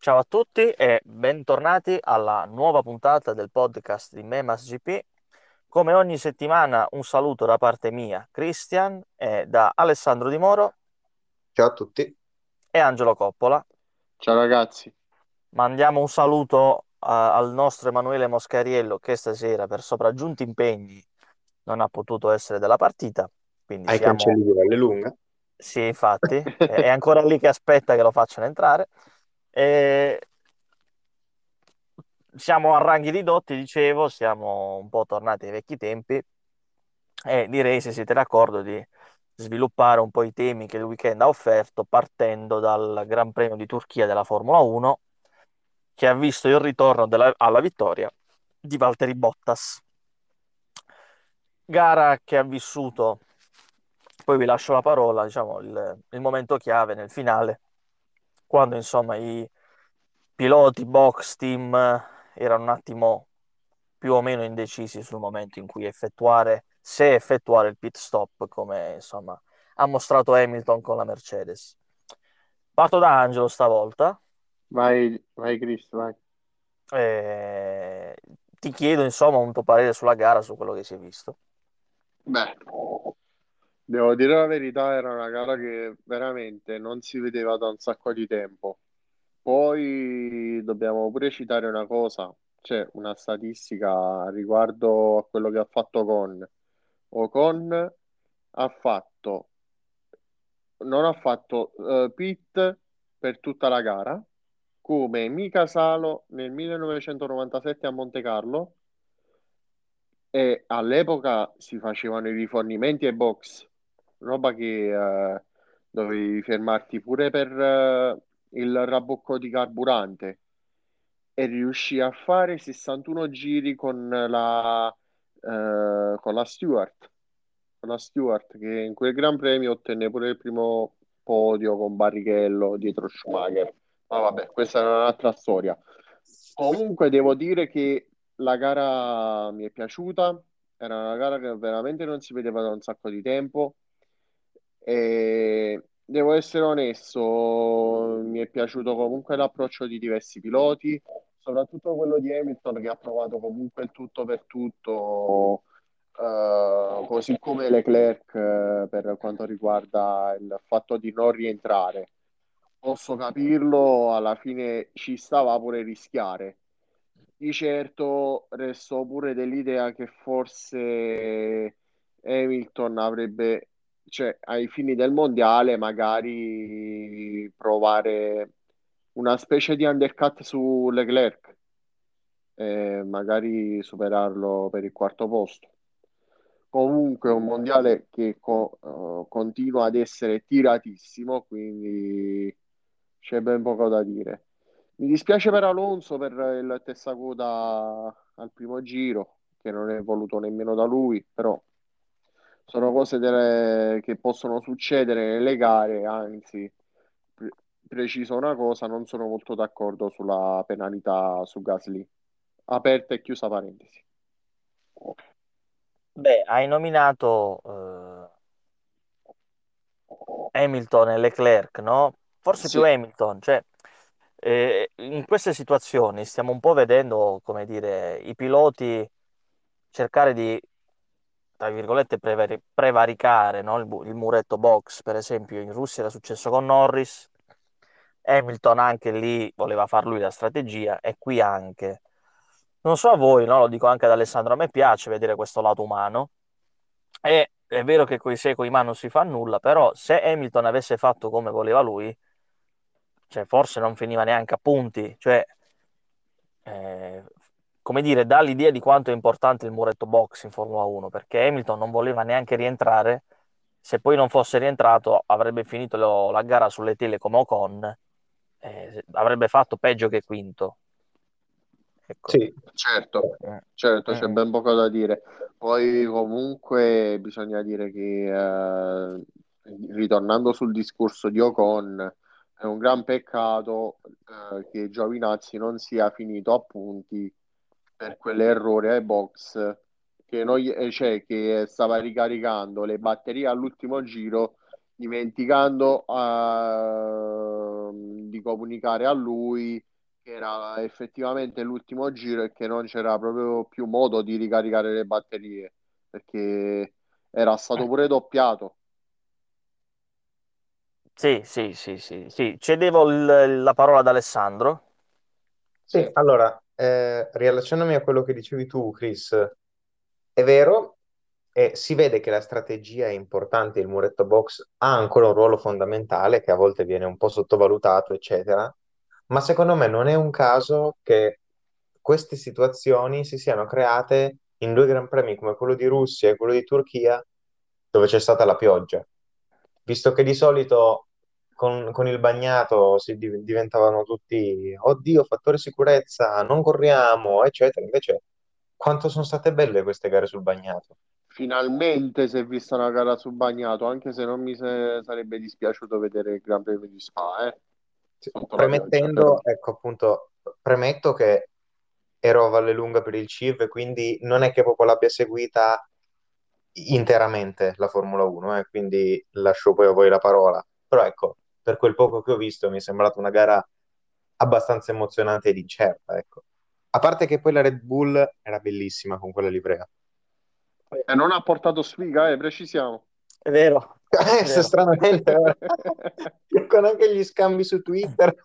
Ciao a tutti e bentornati alla nuova puntata del podcast di Memas GP. Come ogni settimana un saluto da parte mia, Christian, e da Alessandro Di Moro Ciao a tutti. e Angelo Coppola. Ciao ragazzi. Mandiamo un saluto al nostro Emanuele Moscariello che stasera per sopraggiunti impegni non ha potuto essere della partita, quindi Ai siamo. cancelli di Vallelunga. Sì, infatti, è ancora lì che aspetta che lo facciano entrare. E siamo a ranghi ridotti, dicevo, siamo un po' tornati ai vecchi tempi e direi, se siete d'accordo, di sviluppare un po' i temi che il weekend ha offerto, partendo dal Gran Premio di Turchia della Formula 1, che ha visto il ritorno alla vittoria di Valtteri Bottas. Gara che ha vissuto, poi vi lascio la parola, diciamo, il momento chiave nel finale, quando insomma i piloti, box, team erano un attimo più o meno indecisi sul momento in cui se effettuare il pit stop, come insomma ha mostrato Hamilton con la Mercedes. Parto da Angelo stavolta. Vai, vai Chris, vai. e Ti chiedo insomma un tuo parere sulla gara, su quello che si è visto. Beh, devo dire la verità, era una gara che veramente non si vedeva da un sacco di tempo. Poi dobbiamo pure citare una cosa, c'è una statistica riguardo a quello che ha fatto Ocon. Ocon ha fatto, non ha fatto pit per tutta la gara, come Mika Salo nel 1997 a Monte Carlo. E all'epoca si facevano i rifornimenti ai box, roba che dovevi fermarti pure per il rabbocco di carburante e riuscì a fare 61 giri con la Stewart, che in quel Gran Premio ottenne pure il primo podio con Barrichello dietro Schumacher. Ma vabbè, questa è un'altra storia. Comunque devo dire che la gara mi è piaciuta, era una gara che veramente non si vedeva da un sacco di tempo e devo essere onesto, mi è piaciuto comunque l'approccio di diversi piloti, soprattutto quello di Hamilton che ha provato comunque il tutto per tutto, così come Leclerc, per quanto riguarda il fatto di non rientrare. Posso capirlo, alla fine ci stava pure rischiare. Di certo resto pure dell'idea che forse Hamilton avrebbe, cioè ai fini del mondiale, magari provare una specie di undercut su Leclerc e magari superarlo per il quarto posto. Comunque è un mondiale che continua ad essere tiratissimo, quindi c'è ben poco da dire. Mi dispiace per Alonso per il testacoda al primo giro, che non è voluto nemmeno da lui, però sono cose che possono succedere nelle gare, anzi, preciso una cosa, non sono molto d'accordo sulla penalità su Gasly. Aperta e chiusa parentesi. Beh, hai nominato Hamilton e Leclerc, no? Forse più Sì, Hamilton, cioè in queste situazioni stiamo un po' vedendo, come dire, i piloti cercare di, tra virgolette, prevaricare, no? Il muretto box, per esempio in Russia era successo con Norris, Hamilton anche lì voleva far lui la strategia e qui anche. Non so a voi, no? Lo dico anche ad Alessandro, a me piace vedere questo lato umano. E è vero che coi secoli ma non si fa nulla, però se Hamilton avesse fatto come voleva lui, cioè forse non finiva neanche a punti, cioè eh, come dire, dà l'idea di quanto è importante il muretto box in Formula 1, perché Hamilton non voleva neanche rientrare, se poi non fosse rientrato avrebbe finito la gara sulle tele come Ocon, avrebbe fatto peggio che quinto. Ecco. Sì, certo, Mm, certo, c'è mm, ben poco da dire. Poi comunque bisogna dire che, ritornando sul discorso di Ocon, è un gran peccato, che Giovinazzi non sia finito a punti per quell'errore ai box cioè, che stava ricaricando le batterie all'ultimo giro, dimenticando di comunicare a lui che era effettivamente l'ultimo giro e che non c'era proprio più modo di ricaricare le batterie, perché era stato pure doppiato. Sì, sì, sì, sì, sì. Cedevo la parola ad Alessandro. Sì, allora, riallacciandomi a quello che dicevi tu, Chris, è vero, e si vede che la strategia è importante, il muretto box ha ancora un ruolo fondamentale che a volte viene un po' sottovalutato, eccetera, ma secondo me non è un caso che queste situazioni si siano create in due Gran Premi come quello di Russia e quello di Turchia, dove c'è stata la pioggia, visto che di solito con il bagnato diventavano tutti, oddio, fattore sicurezza, non corriamo, eccetera. Invece, quanto sono state belle queste gare sul bagnato. Finalmente si è vista una gara sul bagnato, anche se non sarebbe dispiaciuto vedere il Gran Premio di Spa, Sì, sotto la pioggia, però. premettendo, ecco appunto, premetto che ero a Vallelunga per il CIV, quindi non è che proprio l'abbia seguita interamente la Formula 1, quindi lascio poi a voi la parola. Però ecco, per quel poco che ho visto mi è sembrata una gara abbastanza emozionante ed incerta, ecco. A parte che poi la Red Bull era bellissima con quella livrea. E non ha portato sfiga, precisiamo. È vero, è vero. Stranamente, con anche gli scambi su Twitter.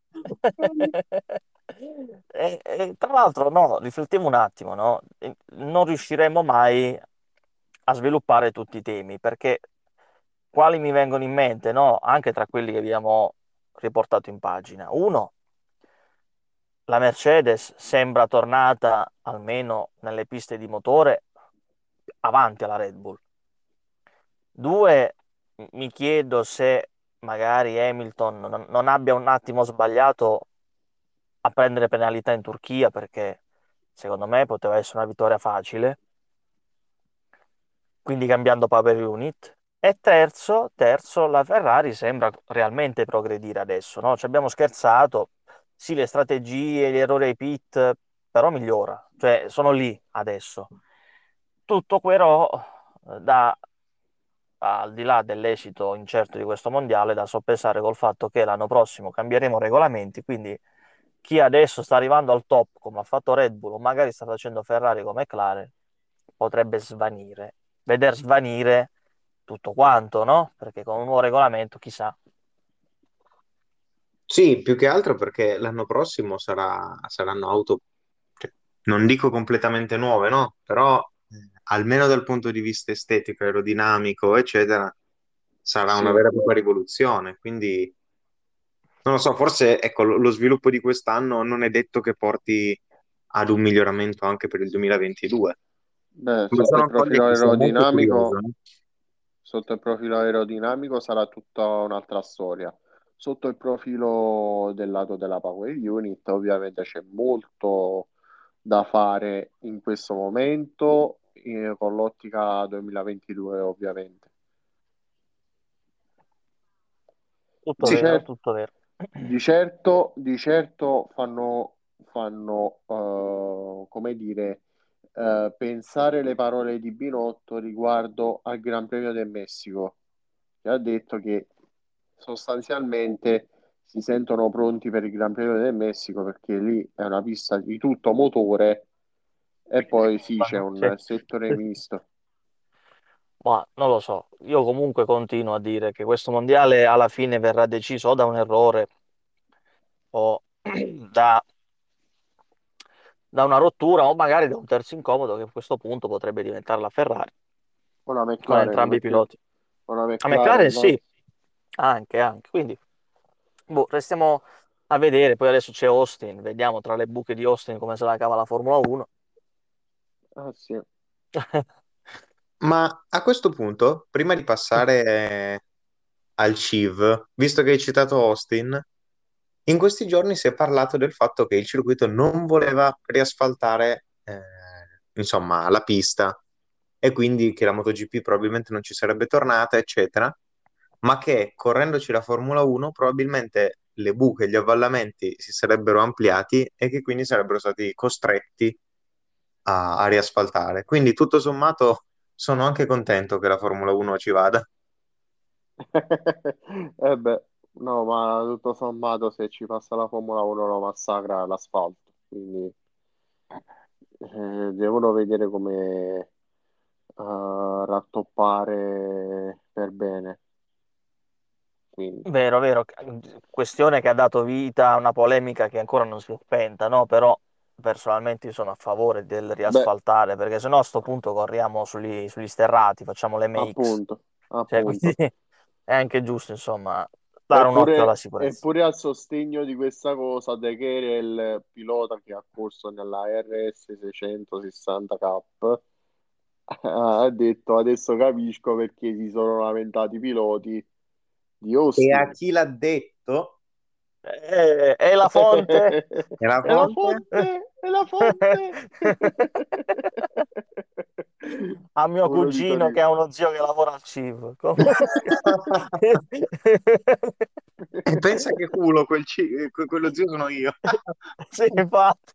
Tra l'altro, no, riflettiamo un attimo, no? Non riusciremo mai a sviluppare tutti i temi, perché quali mi vengono in mente, no? Anche tra quelli che abbiamo riportato in pagina. Uno, la Mercedes sembra tornata, almeno nelle piste di motore, avanti alla Red Bull. Due, mi chiedo se magari Hamilton non abbia un attimo sbagliato a prendere penalità in Turchia, perché secondo me poteva essere una vittoria facile, quindi cambiando power unit. E terzo, la Ferrari sembra realmente progredire adesso, no? Ci abbiamo scherzato, sì, le strategie, gli errori ai pit, però migliora, cioè sono lì adesso. Tutto però da, al di là dell'esito incerto di questo mondiale, da soppesare col fatto che l'anno prossimo cambieremo regolamenti, quindi chi adesso sta arrivando al top, come ha fatto Red Bull, o magari sta facendo Ferrari come McLaren, potrebbe svanire. Veder svanire tutto quanto, no? Perché con un nuovo regolamento, chissà. Sì, più che altro perché l'anno prossimo saranno auto, cioè, non dico completamente nuove, no? Però almeno dal punto di vista estetico, aerodinamico, eccetera, sarà una Sì, vera e propria rivoluzione. Quindi, non lo so, forse ecco, lo sviluppo di quest'anno non è detto che porti ad un miglioramento anche per il 2022. beh, Ma sono cose che sono molto curioso. sotto il profilo aerodinamico sarà tutta un'altra storia. Sotto il profilo del lato della Power Unit, ovviamente c'è molto da fare in questo momento, con l'ottica 2022, ovviamente. Tutto Di Sì, vero, cer- tutto vero. di certo fanno come dire, pensare le parole di Binotto riguardo al Gran Premio del Messico, che ha detto che sostanzialmente si sentono pronti per il Gran Premio del Messico perché lì è una pista di tutto motore e Quindi poi sì, c'è ricompano, sì. un settore misto. Ma non lo so, io comunque continuo a dire che questo mondiale alla fine verrà deciso o da un errore o da, da una rottura o magari da un terzo incomodo che a questo punto potrebbe diventare la Ferrari Una con McLaren, entrambi i piloti. una A McLaren McLaren, dai. sì, anche. Quindi boh, restiamo a vedere. Poi adesso c'è Austin, vediamo tra le buche di Austin come se la cava la Formula 1. Ah, sì. ma a questo punto, prima di passare al CIV, visto che hai citato Austin, in questi giorni si è parlato del fatto che il circuito non voleva riasfaltare, insomma, la pista e quindi che la MotoGP probabilmente non ci sarebbe tornata, eccetera, ma che correndoci la Formula 1 probabilmente le buche, gli avvallamenti si sarebbero ampliati e che quindi sarebbero stati costretti a riasfaltare. Quindi tutto sommato sono anche contento che la Formula 1 ci vada. Eh beh. No, ma tutto sommato se ci passa la Formula 1 lo massacra l'asfalto, quindi devono vedere come rattoppare per bene. Quindi, Vero, vero, questione che ha dato vita a una polemica che ancora non si è spenta, no? Però personalmente io sono a favore del beh, riasfaltare, perché sennò a sto punto corriamo sugli sterrati, facciamo le MX. appunto, Cioè, quindi appunto. è anche giusto, insomma, dare un occhio alla sicurezza. Eppure al sostegno di questa cosa, De Che il pilota che ha corso nella RS 660 Cup, ha detto adesso capisco perché si sono lamentati i piloti di E a Austin. chi l'ha detto? E la fonte? E la È la fonte? fonte, è la fonte. A mio Quello di cugino che Torino. ha uno zio che lavora al CIV. Comunque. E pensa che culo, quello zio sono io. Sì, infatti.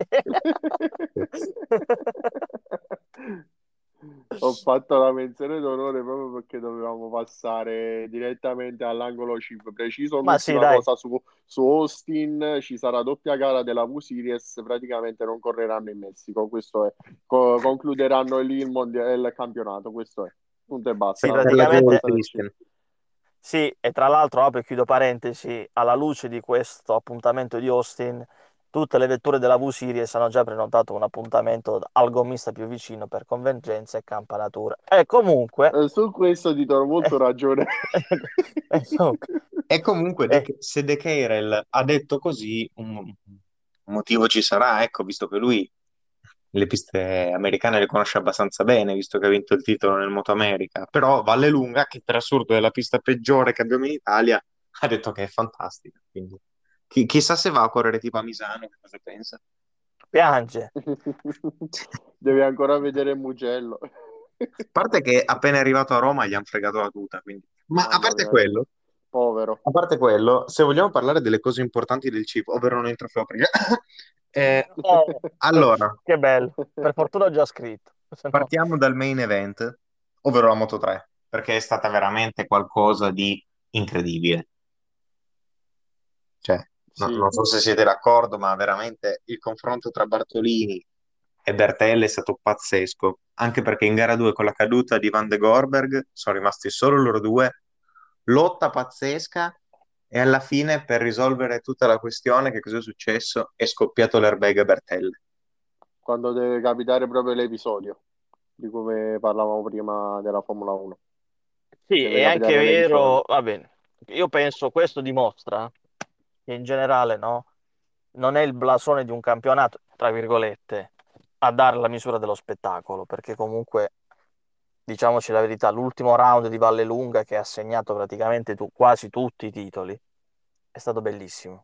Ho fatto la menzione d'onore proprio perché dovevamo passare direttamente all'angolo chip. Preciso Ma sì, un'ultima dai, cosa su Austin, ci sarà doppia gara della V-Series, praticamente non correranno in Messico, questo è. Concluderanno lì il campionato, questo è. Punto e sì, basta, Per la gioia di abbastanza praticamente semplice. Christian. sì, e tra l'altro apro e chiudo parentesi, alla luce di questo appuntamento di Austin, tutte le vetture della V-Series hanno già prenotato un appuntamento al gommista più vicino per convergenza e campanatura. E comunque, Su questo ti do molto eh, ragione. comunque, E comunque, eh, se De Keirel ha detto così, un motivo ci sarà, ecco, visto che lui le piste americane le conosce abbastanza bene, visto che ha vinto il titolo nel Moto America. Però Vallelunga, che per assurdo è la pista peggiore che abbiamo in Italia, ha detto che è fantastica. Quindi chissà se va a correre tipo a Misano, che cosa pensa. piange. Devi ancora vedere Mugello. A parte che appena è arrivato a Roma gli hanno fregato la tuta, quindi. Ma Mamma mia, povero. a parte quello, se vogliamo parlare delle cose importanti del cibo, ovvero non il trofeo Priglia, Oh, allora, che bello. Per fortuna ho già scritto. Se no. partiamo dal main event, ovvero la Moto 3, perché è stata veramente qualcosa di incredibile. Cioè, Sì, non so se siete d'accordo, ma veramente il confronto tra Bartolini e Bertelli è stato pazzesco, anche perché in gara 2 con la caduta di Van de Gorberg sono rimasti solo loro due, lotta pazzesca e alla fine per risolvere tutta la questione che cosa è successo? È scoppiato l'airbag a Bertelli. quando deve capitare proprio l'episodio di come parlavamo prima della Formula 1. Sì, Deve è anche capitare l'episodio. vero, va bene. Io penso questo dimostra che in generale, no, non è il blasone di un campionato, tra virgolette, a dare la misura dello spettacolo, perché comunque, diciamoci la verità, l'ultimo round di Vallelunga che ha segnato praticamente quasi tutti i titoli è stato bellissimo.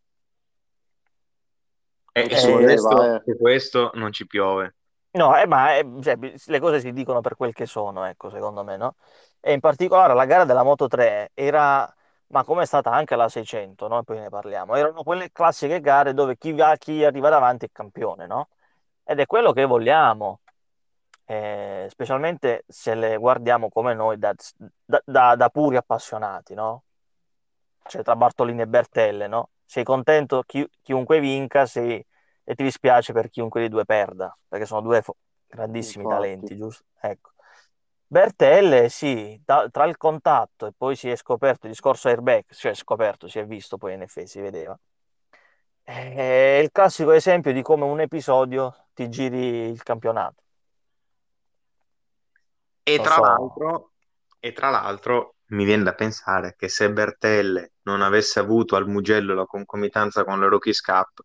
E Ci voleva, eh. su questo non ci piove. No, ma cioè, le cose si dicono per quel che sono, ecco, secondo me, no? E in particolare la gara della Moto 3 era, ma come è stata anche la 600, no? E poi ne parliamo, erano quelle classiche gare dove chi arriva davanti è campione, no? Ed è quello che vogliamo, specialmente se le guardiamo come noi da puri appassionati, no? Cioè tra Bartolini e Bertelle, no? Sei contento chiunque vinca e ti dispiace per chiunque dei due perda, perché sono due grandissimi Infatti. talenti, giusto? Ecco. Bertelle, sì, tra il contatto e poi si è scoperto il discorso airbag, cioè scoperto, si è visto poi in effetti, si vedeva. È il classico esempio di come un episodio ti giri il campionato. E Non tra so, l'altro, e tra l'altro mi viene da pensare che se Bertelle non avesse avuto al Mugello la concomitanza con la Rookies Cup,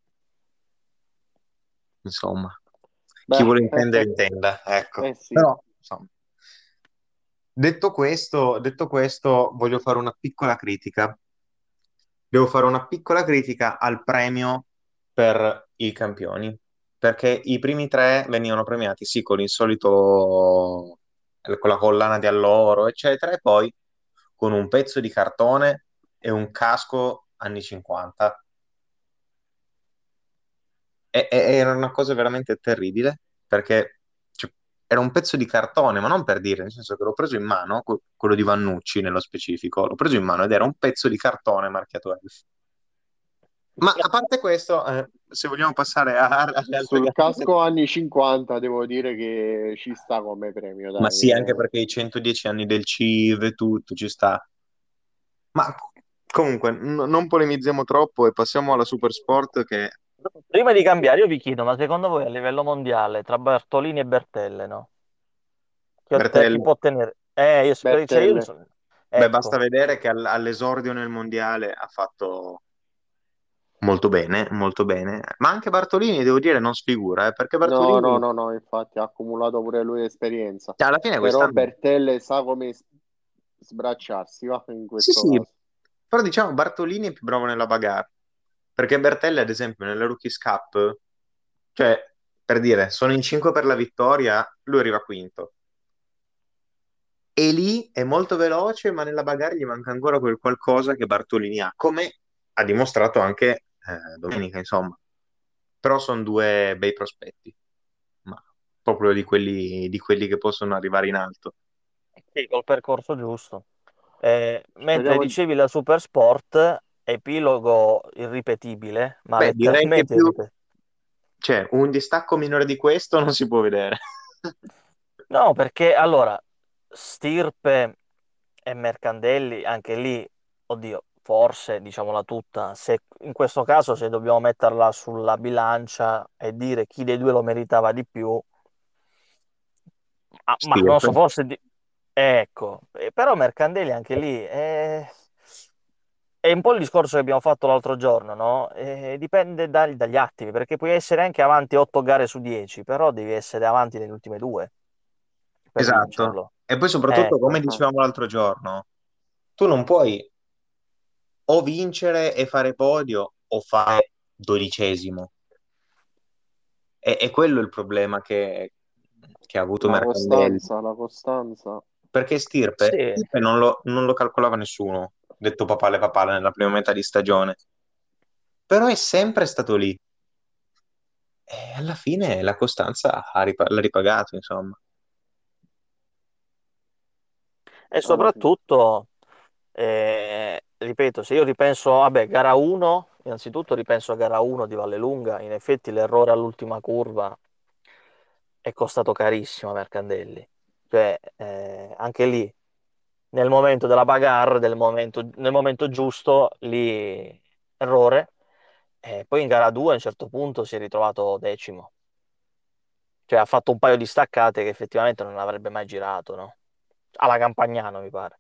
insomma, chi Beh, vuole intendere intenda, ecco. eh sì. Però, insomma, detto questo, voglio fare una piccola critica. Devo fare una piccola critica al premio per i campioni, perché i primi tre venivano premiati, sì, con il solito, con la collana di alloro, eccetera, e poi con un pezzo di cartone e un casco anni 50. Era una cosa veramente terribile, perché cioè, era un pezzo di cartone, ma non per dire, nel senso che l'ho preso in mano, quello di Vannucci nello specifico, l'ho preso in mano ed era un pezzo di cartone marchiato Elf. Ma a parte questo, se vogliamo passare alle altre Sul gare, casco anni 50 devo dire che ci sta come premio, ma dai. sì, anche perché i 110 anni del CIV e tutto ci sta. Ma comunque, non polemizziamo troppo e passiamo alla Super Sport che Prima di cambiare, io vi chiedo, ma secondo voi a livello mondiale, tra Bartolini e Bertelle, no? Chi Bertelle, può tenere? Cioè io non Bertelle. so. beh, basta Ecco, vedere che all'esordio nel mondiale ha fatto molto bene, molto bene. Ma anche Bartolini, devo dire, non sfigura, perché No, no, Bartolini, no, no, infatti ha accumulato pure lui esperienza. cioè, alla fine Però quest'anno, Bertelle sa come sbracciarsi, va, in sì, questo sì, caso. però diciamo Bartolini è più bravo nella bagarre, perché Bertelle, ad esempio, nella Rookies Cup, cioè, per dire, sono in 5 per la vittoria, lui arriva quinto. E lì è molto veloce, ma nella bagarre gli manca ancora quel qualcosa che Bartolini ha, come ha dimostrato anche domenica, insomma. Però sono due bei prospetti, ma proprio di quelli che possono arrivare in alto. sì, col percorso giusto. Mentre Speriamo. dicevi la Super Sport, epilogo irripetibile, ma Beh, direi che letteralmente più, irripetibile. cioè, un distacco minore di questo non si può vedere. No, perché allora, Stirpe e Mercandelli, anche lì, oddio, forse, diciamola tutta, se in questo caso se dobbiamo metterla sulla bilancia e dire chi dei due lo meritava di più, ma non Stirpe. so, forse. Ecco, però Mercandelli anche lì è un po' il discorso che abbiamo fatto l'altro giorno, no? Dipende dagli attimi, perché puoi essere anche avanti 8 gare su 10, però devi essere avanti nelle ultime due per Esatto. vincerlo. E poi soprattutto, come Ecco. dicevamo l'altro giorno, tu non puoi o vincere e fare podio o fare dodicesimo. È quello il problema che ha avuto La Mercandelli. costanza, la costanza. Perché Sì, Stirpe non lo calcolava nessuno, detto papale papale nella prima metà di stagione. Però è sempre stato lì. E alla fine la costanza l'ha ripagato, insomma. e Alla fine. soprattutto, ripeto, se io ripenso, vabbè, gara 1, innanzitutto ripenso a gara 1 di Vallelunga, in effetti l'errore all'ultima curva è costato carissimo a Mercandelli. Cioè, anche lì, nel momento della bagarre, nel momento giusto, lì errore. E poi in gara 2 a un certo punto si è ritrovato decimo. Cioè ha fatto un paio di staccate che effettivamente non avrebbe mai girato, no? Alla Campagnano, mi pare.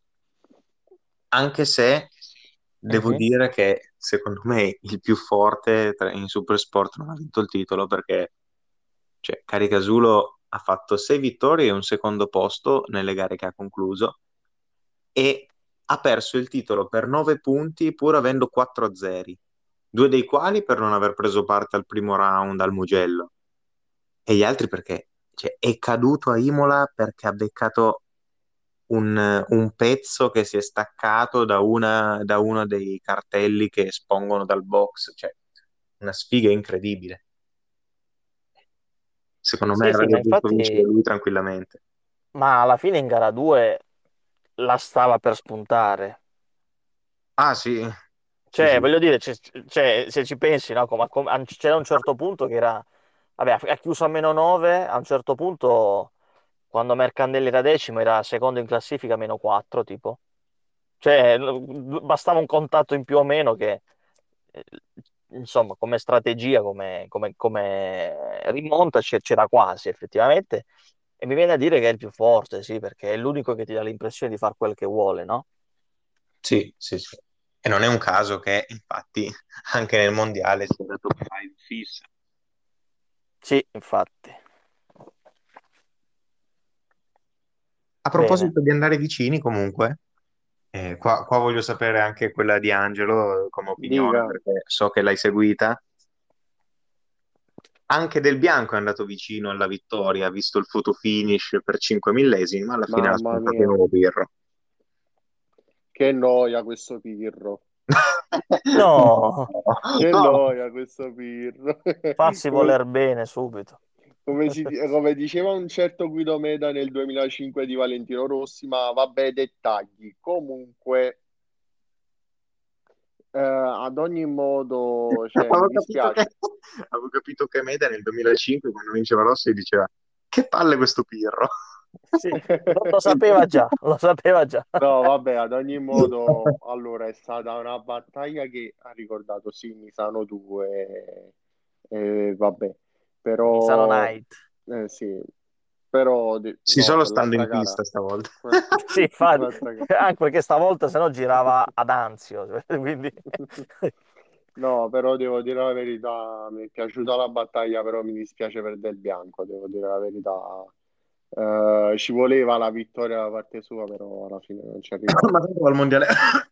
Anche se devo Mhm. dire che secondo me il più forte in Supersport non ha vinto il titolo perché cioè, Caricasulo ha fatto 6 vittorie e un secondo posto nelle gare che ha concluso e ha perso il titolo per 9 punti pur avendo 4 zeri, due dei quali per non aver preso parte al primo round al Mugello e gli altri perché cioè, è caduto a Imola perché ha beccato un pezzo che si è staccato da uno dei cartelli che espongono dal box, cioè una sfiga incredibile. Secondo me Sì, sì, ma avrebbe potuto vincere infatti, lui tranquillamente. ma alla fine in gara 2 la stava per spuntare. Ah sì, sì, Cioè, sì. voglio dire, cioè, se ci pensi, no? C'era un certo punto che era, vabbè, ha chiuso a meno 9, a un certo punto, quando Mercandelli era decimo, era secondo in classifica a meno 4, tipo. Cioè, bastava un contatto in più o meno che, eh, insomma, come strategia, come rimonta c'era quasi, effettivamente. E mi viene a dire che è il più forte, sì, perché è l'unico che ti dà l'impressione di fare quel che vuole, no? Sì, sì, sì. E non è un caso che infatti anche nel mondiale sia da top 5 fissa. Sì, infatti. A Bene, proposito di andare vicini, comunque, qua voglio sapere anche quella di Angelo come opinione, Dica, perché so che l'hai seguita. Anche Del Bianco è andato vicino alla vittoria, ha visto il photo finish per 5 millesimi, ma alla fine ha mamma spuntato di mia, nuovo Pirro. che noia questo Pirro. no, Che No, noia questo Pirro. farsi Come- voler bene subito. come diceva un certo Guido Meda nel 2005 di Valentino Rossi, ma vabbè, dettagli. Comunque, ad ogni modo, cioè, mi Avevo capito che, dispiace. avevo capito che Meda nel 2005, quando vinceva Rossi, diceva che palle questo Pirro. Sì, lo sapeva già, lo sapeva già. No, vabbè, ad ogni modo, allora è stata una battaglia che ha ricordato sì, Misano 2, vabbè, Misano però Knight. sì, però Sì, no, solo stando quell'altra in gara, pista stavolta. que- Sì, infatti, quell'altra gara. anche perché stavolta se no girava ad Anzio, quindi No, però devo dire la verità, mi è piaciuta la battaglia, però mi dispiace per Del Bianco, devo dire la verità. Ci voleva la vittoria da parte sua, però alla fine non ci è Ma arrivato. tanto va al mondiale.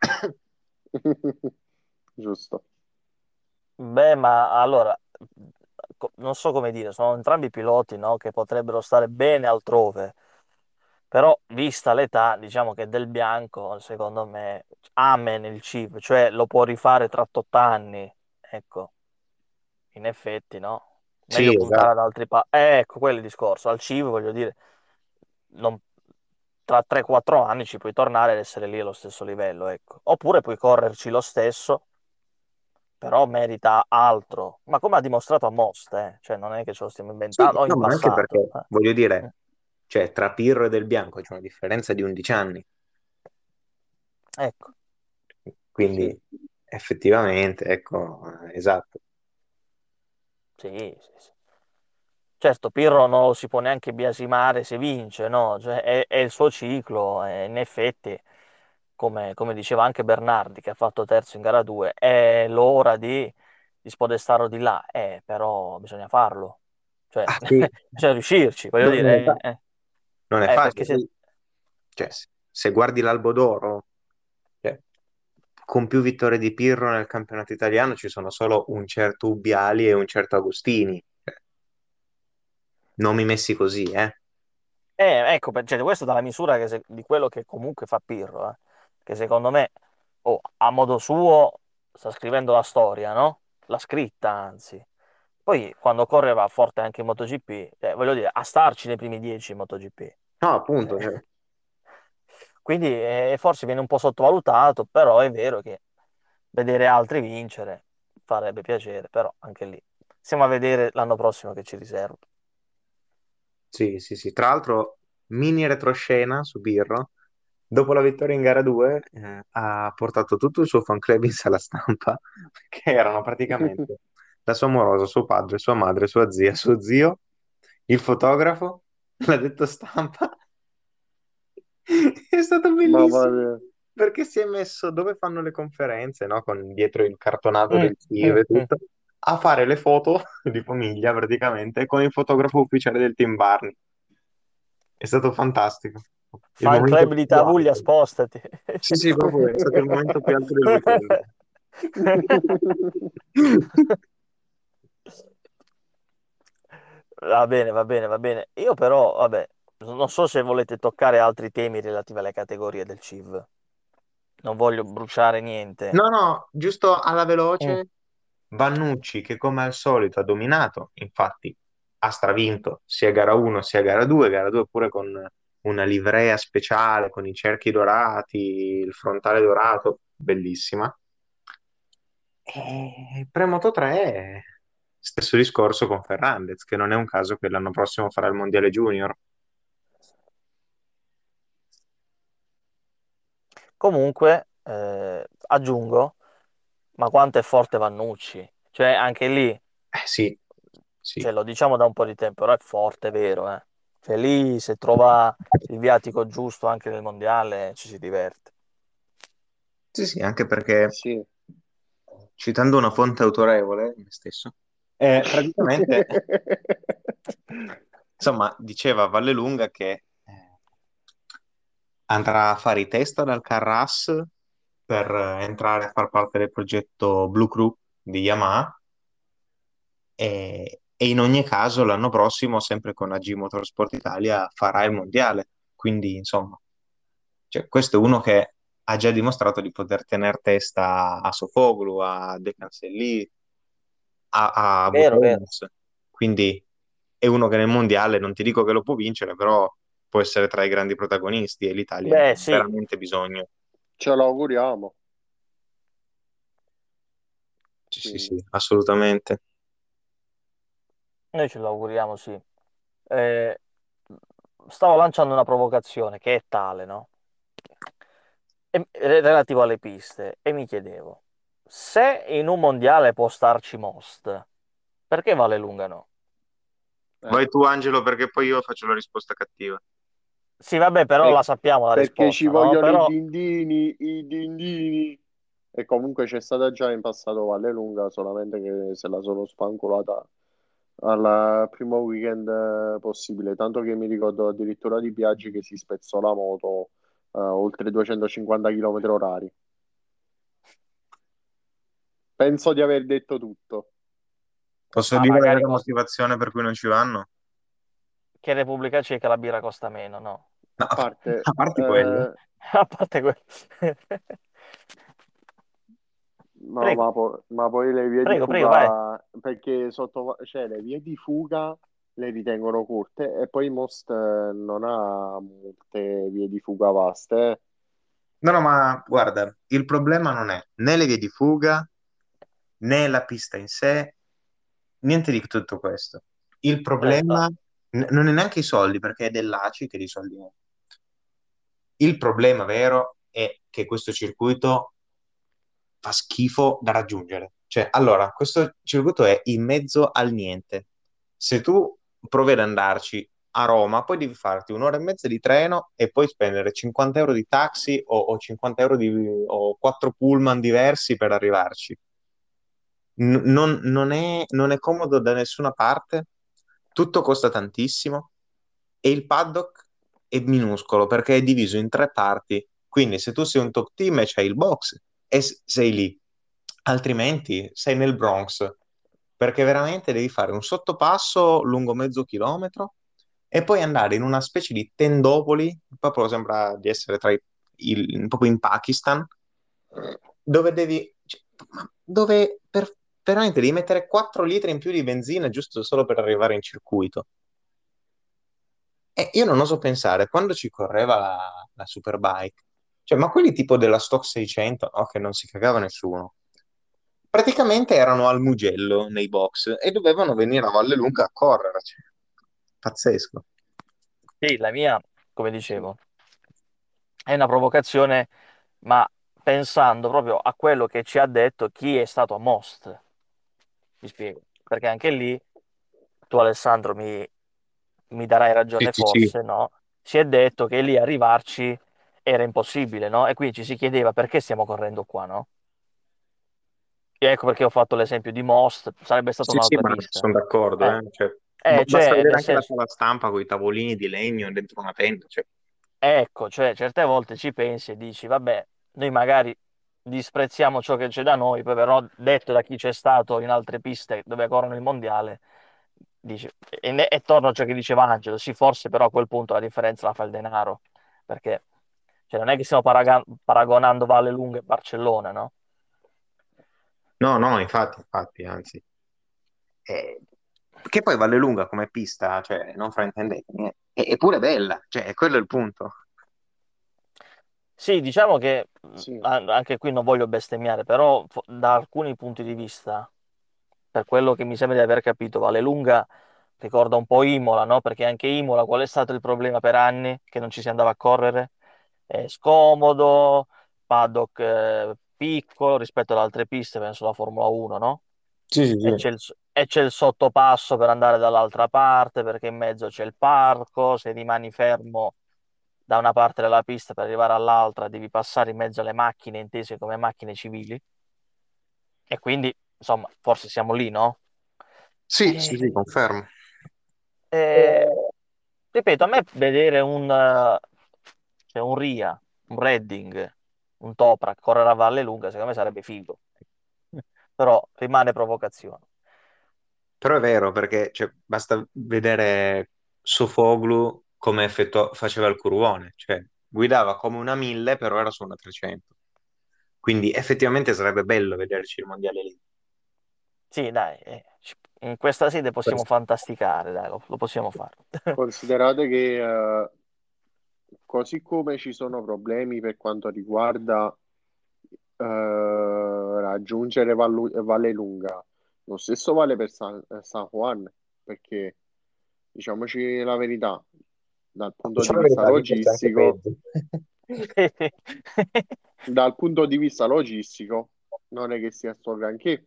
Giusto. beh, ma allora, non so come dire, sono entrambi piloti, no, che potrebbero stare bene altrove, però vista l'età, diciamo che Del Bianco, secondo me, amen il chip, cioè lo può rifare tra 8 anni, ecco, in effetti, no? Meglio Sì, puntare ad esatto. altri ecco, quello è il discorso, al CIV voglio dire, non- tra 3-4 anni ci puoi tornare ad essere lì allo stesso livello, ecco. Oppure puoi correrci lo stesso però merita altro. Ma come ha dimostrato a Most, cioè non è che ce lo stiamo inventando, Sì, o no, in ma anche passato. perché, voglio Mm. dire, cioè, tra Pirro e Del Bianco c'è una differenza di 11 anni. Ecco, Sì. Quindi, effettivamente, ecco, esatto. sì, sì, sì. Certo, Pirro non lo si può neanche biasimare se vince, no? Cioè, è il suo ciclo, e in effetti, come diceva anche Bernardi, che ha fatto terzo in gara 2, è l'ora di spodestarlo di là, però bisogna farlo, cioè, Ah, sì, bisogna riuscirci, voglio non è, dire, non è perché facile. se... Cioè, se guardi l'Albo d'Oro, cioè, con più vittorie di Pirro nel campionato italiano ci sono solo un certo Ubbiali e un certo Agostini. Cioè, nomi messi così, eh? Ecco, cioè, questo dà la misura di quello che comunque fa Pirro, che secondo me, a modo suo, sta scrivendo la storia, no? L'ha scritta, anzi. Poi, quando corre va forte anche in MotoGP, voglio dire, a starci nei primi 10 in MotoGP. No, Eh, appunto, cioè, Quindi, forse viene un po' sottovalutato, però è vero che vedere altri vincere farebbe piacere, però anche lì. Stiamo a vedere l'anno prossimo che ci riserva. sì, sì, sì. Tra l'altro, mini retroscena su Pirro. Dopo la vittoria in gara 2, ha portato tutto il suo fan club in sala stampa, che erano praticamente la sua morosa, suo padre, sua madre, sua zia, suo zio, il fotografo, l'addetto stampa. È stato Mamma bellissimo mia. perché si è messo dove fanno le conferenze, no? Con dietro il cartonato Mm, del CIV mm, e mm. tutto, a fare le foto di famiglia praticamente con il fotografo ufficiale del team Barney. È stato fantastico. Il Fan momento club di più Tavuglia, alto. spostati. Sì, sì, proprio è stato il momento più alto del weekend. Va bene, va bene, va bene. Io però, vabbè, non so se volete toccare altri temi relativi alle categorie del CIV. Non voglio bruciare niente. No, no, giusto alla Mm. veloce, Vannucci che come al solito ha dominato, infatti ha stravinto sia gara 1 sia gara 2 pure con una livrea speciale, con i cerchi dorati, il frontale dorato, bellissima. E Premoto 3, stesso discorso con Ferrandez, che non è un caso che l'anno prossimo farà il Mondiale Junior. Comunque, aggiungo, ma quanto è forte Vannucci? Cioè, anche lì, Sì, sì. cioè, lo diciamo da un po' di tempo, però è forte, vero, eh? Cioè, lì se trova il viatico giusto anche nel mondiale ci si diverte. Sì, sì, anche perché, Sì. citando una fonte autorevole, me stesso, praticamente, insomma, diceva Vallelunga che andrà a fare i test ad Alcaraz per entrare a far parte del progetto Blue Crew di Yamaha e in ogni caso l'anno prossimo, sempre con AG Motorsport Italia, farà il mondiale. Quindi, insomma, cioè, questo è uno che ha già dimostrato di poter tenere testa a Sofoglu, a De Cancelli, a Vero, vero. Bottas. Quindi è uno che nel mondiale non ti dico che lo può vincere, però può essere tra i grandi protagonisti e l'Italia ne ha Beh, sì, veramente bisogno. Ce lo auguriamo, Sì, sì, quindi. sì, assolutamente. noi ce lo auguriamo, sì. Eh, stavo lanciando una provocazione che è tale, no? Relativo alle piste, e mi chiedevo, se in un mondiale può starci Most, perché Vale Lunga no? Eh, Vai tu, Angelo, perché poi io faccio la risposta cattiva. Sì, vabbè, però per- la sappiamo la perché ci risposta, no? vogliono Però, i dindini. E comunque c'è stata già in passato Vallelunga, solamente che se la sono spancolata al primo weekend possibile. Tanto che mi ricordo addirittura di Biaggi che si spezzò la moto oltre 250 km orari. Penso di aver detto tutto. Posso ma dire la magari vera motivazione per cui non ci vanno? che Repubblica Ceca la birra costa meno, no? No, A parte, a parte quello. A parte quello. no, Prego, ma poi le vie di prego, vai. fuga, perché cioè, le vie di fuga le ritengono corte e poi Most non ha molte vie di fuga vaste. No, no, ma guarda, il problema non è né le vie di fuga né la pista in sé, niente di tutto questo. Il Certo. problema non è neanche i soldi, perché è dell'ACI che di soldi ha. Il problema vero è che questo circuito fa schifo da raggiungere. Cioè, allora, questo circuito è in mezzo al niente. Se tu provi ad andarci a Roma, poi devi farti un'ora e mezza di treno e poi spendere 50 euro di taxi o 50 euro o 4 pullman diversi per arrivarci. Non è comodo da nessuna parte, tutto costa tantissimo e il paddock è minuscolo perché è diviso in tre parti. Quindi se tu sei un top team e c'hai il box e sei lì, altrimenti sei nel Bronx perché veramente devi fare un sottopasso lungo mezzo chilometro e poi andare in una specie di tendopoli, proprio sembra di essere proprio in Pakistan, dove veramente devi mettere 4 litri in più di benzina giusto solo per arrivare in circuito. E io non oso pensare, quando ci correva la Superbike, cioè, ma quelli tipo della Stock 600, no, che non si cagava nessuno, praticamente erano al Mugello nei box e dovevano venire a Vallelunga a correre. Cioè, pazzesco. Sì, la mia, come Sì, dicevo, è una provocazione, ma pensando proprio a quello che ci ha detto chi è stato a Most. Mi spiego. Perché anche lì, tu Alessandro mi darai Sì, ragione sì, sì. forse, no? Si è detto che lì arrivarci era impossibile, no? E quindi ci si chiedeva perché stiamo correndo qua, no? E ecco perché ho fatto l'esempio di Most, sarebbe stata Sì, sì, un'altra ma pista. sono d'accordo, Eh, eh. Cioè, basta cioè, vedere nel anche la senso, sala stampa con i tavolini di legno dentro una tenda. Cioè. ecco, cioè, certe volte ci pensi e dici, vabbè, noi magari disprezziamo ciò che c'è da noi, poi però detto da chi c'è stato in altre piste dove corrono il mondiale, dici, e torno a ciò che diceva Angelo, sì, forse però a quel punto la differenza la fa il denaro, perché cioè, non è che stiamo paragonando Vallelunga e Barcellona, no? No, no, infatti, anzi. Eh, che poi Vallelunga come pista, cioè, non fraintendetemi, è pure bella, cioè, quello è il punto. Sì, diciamo che sì, anche qui non voglio bestemmiare, però da alcuni punti di vista, per quello che mi sembra di aver capito, Vallelunga ricorda un po' Imola, no? Perché anche Imola, qual è stato il problema per anni? Che non ci si andava a correre? È scomodo, paddock piccolo rispetto ad altre piste, penso alla Formula 1, no? Sì, sì, E sì. c'è il sottopasso per andare dall'altra parte, perché in mezzo c'è il parco, se rimani fermo da una parte della pista per arrivare all'altra, devi passare in mezzo alle macchine intese come macchine civili. E quindi, insomma, forse siamo lì, no? Sì, sì, sì, Eh, confermo. eh, ripeto, a me vedere cioè un Ria, un Redding, un Toprak correre a Valle Lunga, secondo me sarebbe figo. Però rimane provocazione. Però è vero, perché cioè, basta vedere Sofoglu come faceva il curvone, cioè guidava come una 1000, però era su una 300. Quindi effettivamente sarebbe bello vederci il mondiale lì. Sì, dai. In questa sede possiamo fantasticare, dai, lo possiamo fare. Considerate che così come ci sono problemi per quanto riguarda raggiungere Vallelunga, lo stesso vale per San Juan, perché diciamoci la verità, dal punto di Diciamo la vista verità che forse è anche logistico, peggio. dal punto di vista logistico, non è che sia sto granché.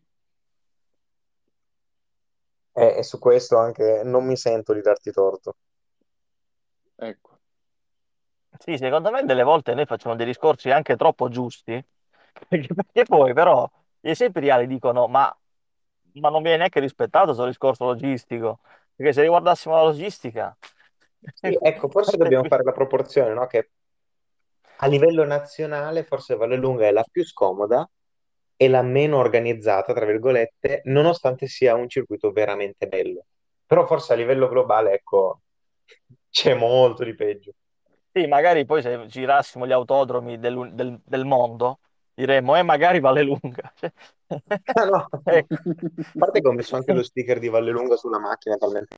E su questo anche non mi sento di darti torto. Ecco, Sì, secondo me delle volte noi facciamo dei discorsi anche troppo giusti, perché poi però gli esempi reali dicono, ma non viene neanche rispettato questo discorso logistico, perché se riguardassimo la logistica, Sì, ecco, forse guarda dobbiamo qui. fare la proporzione, no? Che a livello nazionale forse Vallelunga è la più scomoda e la meno organizzata, tra virgolette, nonostante sia un circuito veramente bello. Però forse a livello globale, ecco, c'è molto di peggio. Sì, magari poi se girassimo gli autodromi del mondo, diremmo, magari vale lunga. Ah, no. A Ecco. parte che ho messo anche lo sticker di Vallelunga sulla macchina, talmente.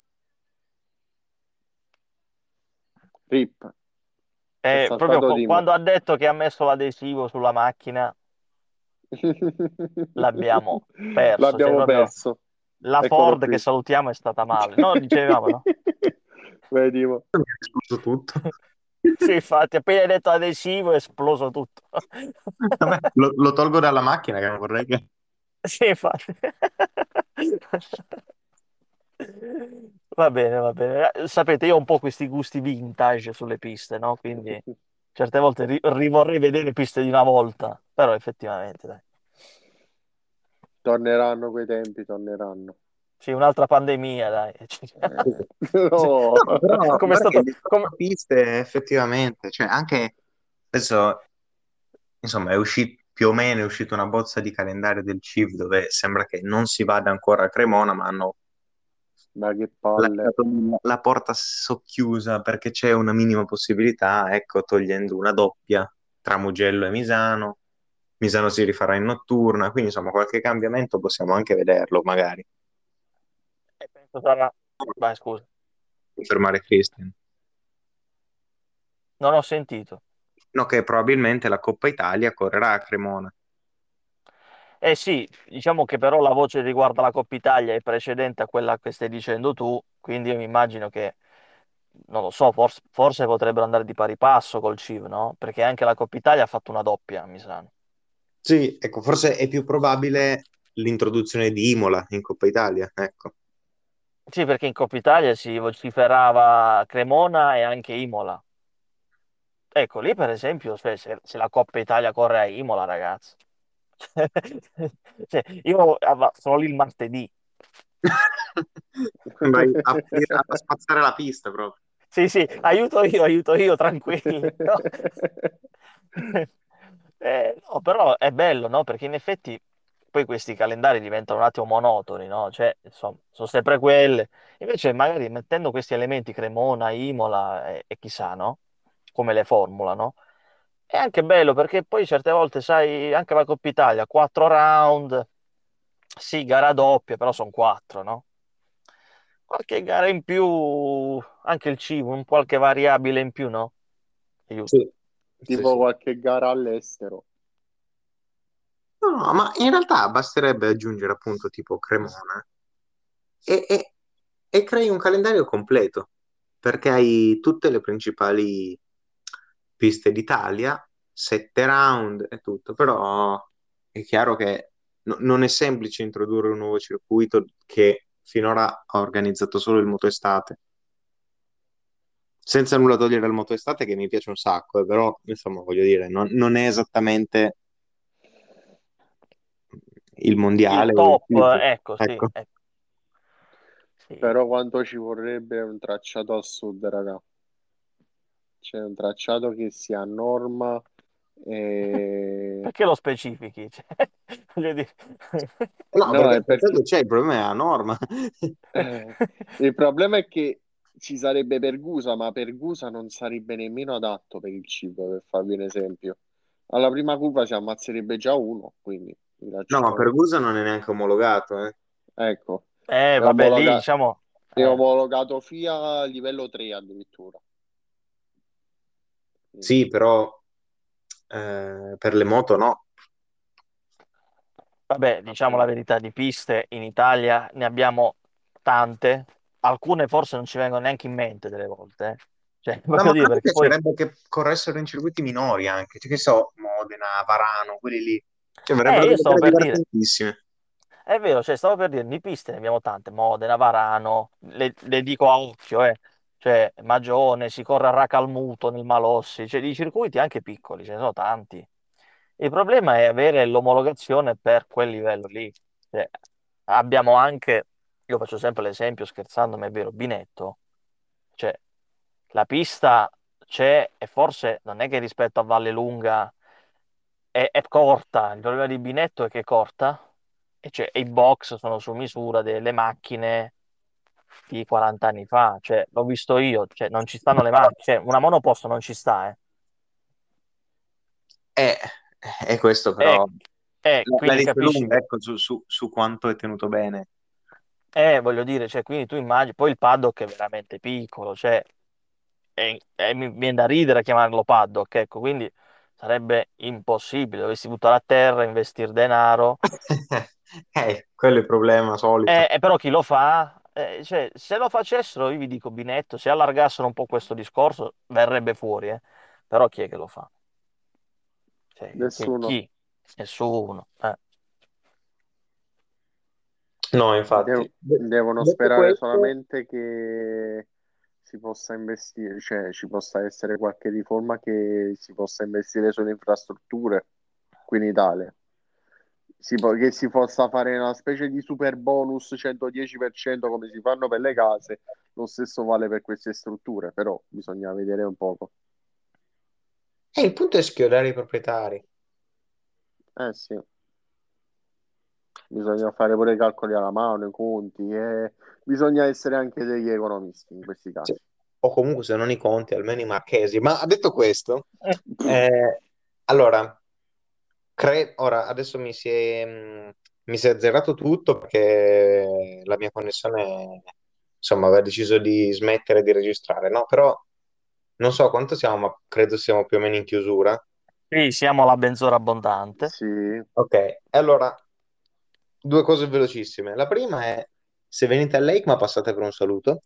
RIP, è Proprio saltato di me. quando ha detto che ha messo l'adesivo sulla macchina, l'abbiamo perso. Cioè, L'abbiamo proprio perso. la Eccolo Ford che qui. salutiamo è stata male. No, dicevamo, no? Vedi, mo. Mi è esploso tutto. Sì, infatti, appena hai detto adesivo è esploso tutto. Vabbè, lo tolgo dalla macchina, che non vorrei che... Sì, infatti. Va bene, va bene. Sapete, io ho un po' questi gusti vintage sulle piste, no? Quindi certe volte rivorrei vedere piste di una volta, però effettivamente, dai. Torneranno quei tempi, torneranno. Sì, un'altra pandemia, dai. No. No, però Come è guarda che il stato... discorso piste effettivamente, cioè anche adesso, insomma, è uscito più o meno, è uscita una bozza di calendario del CIV dove sembra che non si vada ancora a Cremona, ma hanno Ma che palle. lasciato la porta socchiusa perché c'è una minima possibilità, ecco, togliendo una doppia tra Mugello e Misano. Misano si rifarà in notturna, quindi insomma qualche cambiamento possiamo anche vederlo, magari. Penso sarà... Vai, scusa, Fermare Christian. non ho sentito. No, che probabilmente la Coppa Italia correrà a Cremona. Eh sì, diciamo che però la voce riguardo la Coppa Italia è precedente a quella che stai dicendo tu, quindi io mi immagino che, non lo so, forse potrebbero andare di pari passo col CIV, no? Perché anche la Coppa Italia ha fatto una doppia, mi sa. Sì, ecco, forse è più probabile l'introduzione di Imola in Coppa Italia, ecco. Sì, perché in Coppa Italia si vociferava Cremona e anche Imola. Ecco, lì per esempio, se la Coppa Italia corre a Imola, ragazzi. Cioè, io sono lì il martedì. Vai a spazzare la pista proprio. Sì, sì, aiuto io, tranquilli. No? No, però è bello, no? Perché in effetti poi questi calendari diventano un attimo monotoni, no? Cioè, insomma, sono sempre quelle. Invece magari mettendo questi elementi, Cremona, Imola e chissà, no? Come le formula, no? È anche bello perché poi certe volte, sai, anche la Coppa Italia, 4 round, sì, gara doppia, però sono 4, no? Qualche gara in più, anche il cibo, un qualche variabile in più, no? Aiuto. Sì, sì, Tipo sì. qualche gara all'estero. No, no, ma in realtà basterebbe aggiungere appunto tipo Cremona e, e- e crei un calendario completo, perché hai tutte le principali piste d'Italia, 7 round e tutto, però è chiaro che non è semplice introdurre un nuovo circuito che finora ha organizzato solo il motoestate. Senza nulla togliere al motoestate che mi piace un sacco, però insomma voglio dire, non è esattamente il Il mondiale o il top, FIS. ecco, sì, Ecco. ecco, sì. Però quanto ci vorrebbe un tracciato a sud, raga? C'è un tracciato che sia a norma e... Perché lo specifichi? Cioè, voglio dire. No, No, perché è il perché tracciato c'è, il problema è la norma. il problema è che ci sarebbe Pergusa, ma Pergusa non sarebbe nemmeno adatto per il cibo, per farvi un esempio. Alla prima curva si ammazzerebbe già uno, quindi vi No, ma lascio... Pergusa non è neanche omologato, eh. Ecco. È Vabbè, lì omologa- diciamo, è omologato FIA livello 3 addirittura. Quindi, Sì, però per le moto no. vabbè, diciamo la vabbè. verità, di piste in Italia ne abbiamo tante, alcune forse non ci vengono neanche in mente delle volte. Cioè, No, voglio ma dire, a me perché poi piacerebbe che corressero in circuiti minori anche, cioè che so, Modena, Varano, quelli lì. Cioè, avrebbero io delle stavo gare per dire, divertentissime. è vero, cioè, stavo per dire, di piste ne abbiamo tante, Modena, Varano, le dico a occhio, cioè Magione, si corre a Racalmuto nel Malossi, cioè di circuiti anche piccoli, ce ne sono tanti. Il problema è avere l'omologazione per quel livello lì. Cioè, abbiamo anche, io faccio sempre l'esempio scherzando, ma è vero, Binetto, cioè la pista c'è e forse non è che rispetto a Vallelunga è corta, il problema di Binetto è che è corta e, cioè, e i box sono su misura delle macchine di 40 anni fa, cioè l'ho visto io, cioè non ci stanno le macchine, cioè, una monoposto non ci sta, eh. Eh, è questo E, però. La quindi dice capisci, lunga, ecco, su quanto è tenuto bene. voglio dire, cioè, quindi tu immagini, poi il paddock è veramente piccolo, cioè, mi viene da ridere a chiamarlo paddock, ecco, quindi sarebbe impossibile, dovessi buttare a terra, investire denaro. Quello è il problema solito. Però chi lo fa? Cioè, se lo facessero, io vi dico Binetto, se allargassero un po' questo discorso, verrebbe fuori, eh. Però chi è che lo fa? Cioè, Nessuno. chi? Nessuno. No, infatti. Devono Detto sperare questo, solamente che si possa investire, cioè ci possa essere qualche riforma che si possa investire sulle infrastrutture qui in Italia. Che si possa fare una specie di super bonus 110% come si fanno per le case, lo stesso vale per queste strutture, però bisogna vedere un poco. il punto è schiodare i proprietari. Eh sì, bisogna fare pure i calcoli alla mano, i conti, e bisogna essere anche degli economisti in questi Sì. casi. O comunque se non i conti, almeno i marchesi. Ma detto questo, Pff, allora, ora adesso mi si è azzerato tutto perché la mia connessione, insomma, aveva deciso di smettere di registrare, no? Però non so quanto siamo, ma credo siamo più o meno in chiusura. Sì, siamo alla benzora abbondante. Sì, Ok, e allora, due cose velocissime. La prima è, se venite a Lake, ma passate per un saluto.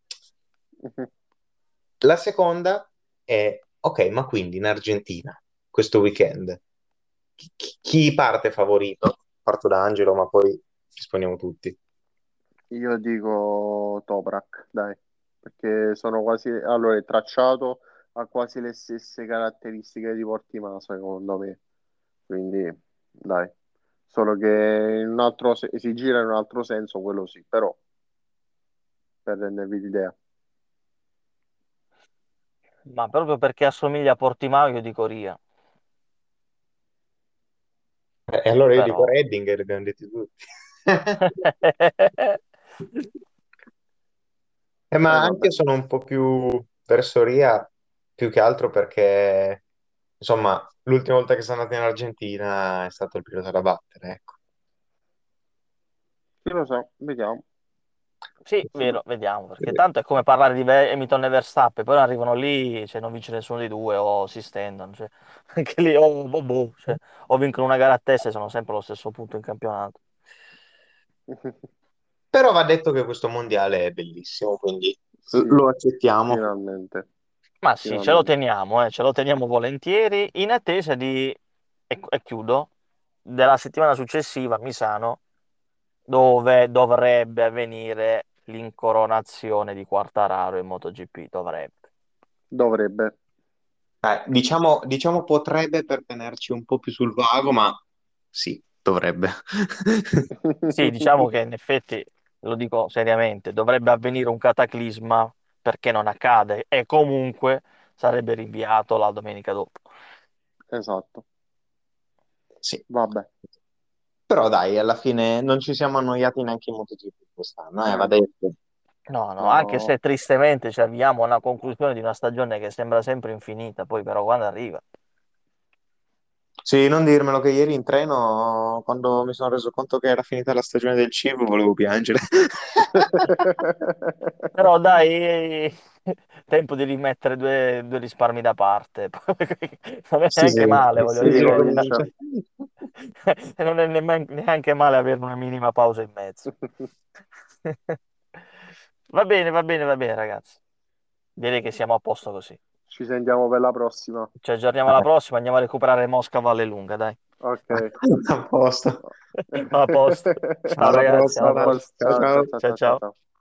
La seconda è, ok, ma quindi in Argentina, questo weekend, chi parte favorito? Parto da Angelo, ma poi rispondiamo tutti. io dico Toprak, dai, perché sono quasi, allora il tracciato ha quasi le stesse caratteristiche di Portimao, secondo me, quindi dai, solo che in un altro si gira in un altro senso, quello sì, però per rendervi l'idea. Ma proprio perché assomiglia a Portimao, io dico Ria. E allora io dico Però... Redding e li abbiamo detti tutti. Ma anche Vabbè, io sono un po' più verso Ria, più che altro perché, insomma, l'ultima volta che sono andato in Argentina è stato il pilota da battere, ecco. chi lo sa, vediamo. Sì, vero, vediamo, perché tanto è come parlare di Hamilton e Verstappen, poi arrivano lì, cioè, non vince nessuno dei due o si stendono, cioè, anche lì cioè, o vincono una gara a testa e sono sempre allo stesso punto in campionato. Però va detto che questo mondiale è bellissimo, quindi Sì, lo accettiamo. finalmente, Ma sì, finalmente. ce lo teniamo volentieri in attesa di, e chiudo, della settimana successiva a Misano, dove dovrebbe avvenire l'incoronazione di Quartararo in MotoGP, dovrebbe. Dovrebbe. Diciamo potrebbe per tenerci un po' più sul vago, ma sì, dovrebbe. Sì, diciamo che in effetti, lo dico seriamente, dovrebbe avvenire un cataclisma perché non accade e comunque sarebbe rinviato la domenica dopo. Esatto, Sì. vabbè. Però dai, alla fine non ci siamo annoiati neanche in MotoGP quest'anno, va No, detto. No, no, anche no. se tristemente ci avviamo a una conclusione di una stagione che sembra sempre infinita, poi però quando arriva. Sì, non dirmelo che ieri in treno, quando mi sono reso conto che era finita la stagione del cibo, volevo piangere. Però dai, tempo di rimettere due risparmi da parte. Non è Sì, neanche sì, male, voglio Si dire. ricomincia. Non è neanche male avere una minima pausa in mezzo. Va bene, ragazzi. Direi che siamo a posto così. Ci sentiamo per la prossima. Ci aggiorniamo alla prossima, andiamo a recuperare Mosca Valle Lunga, dai. Ok. a posto. A posto. Ciao Alla ragazzi, alla prossima, A dai. prossima. posto. Ciao, Ciao, ciao, ciao. ciao, Ciao ciao, ciao, ciao. ciao.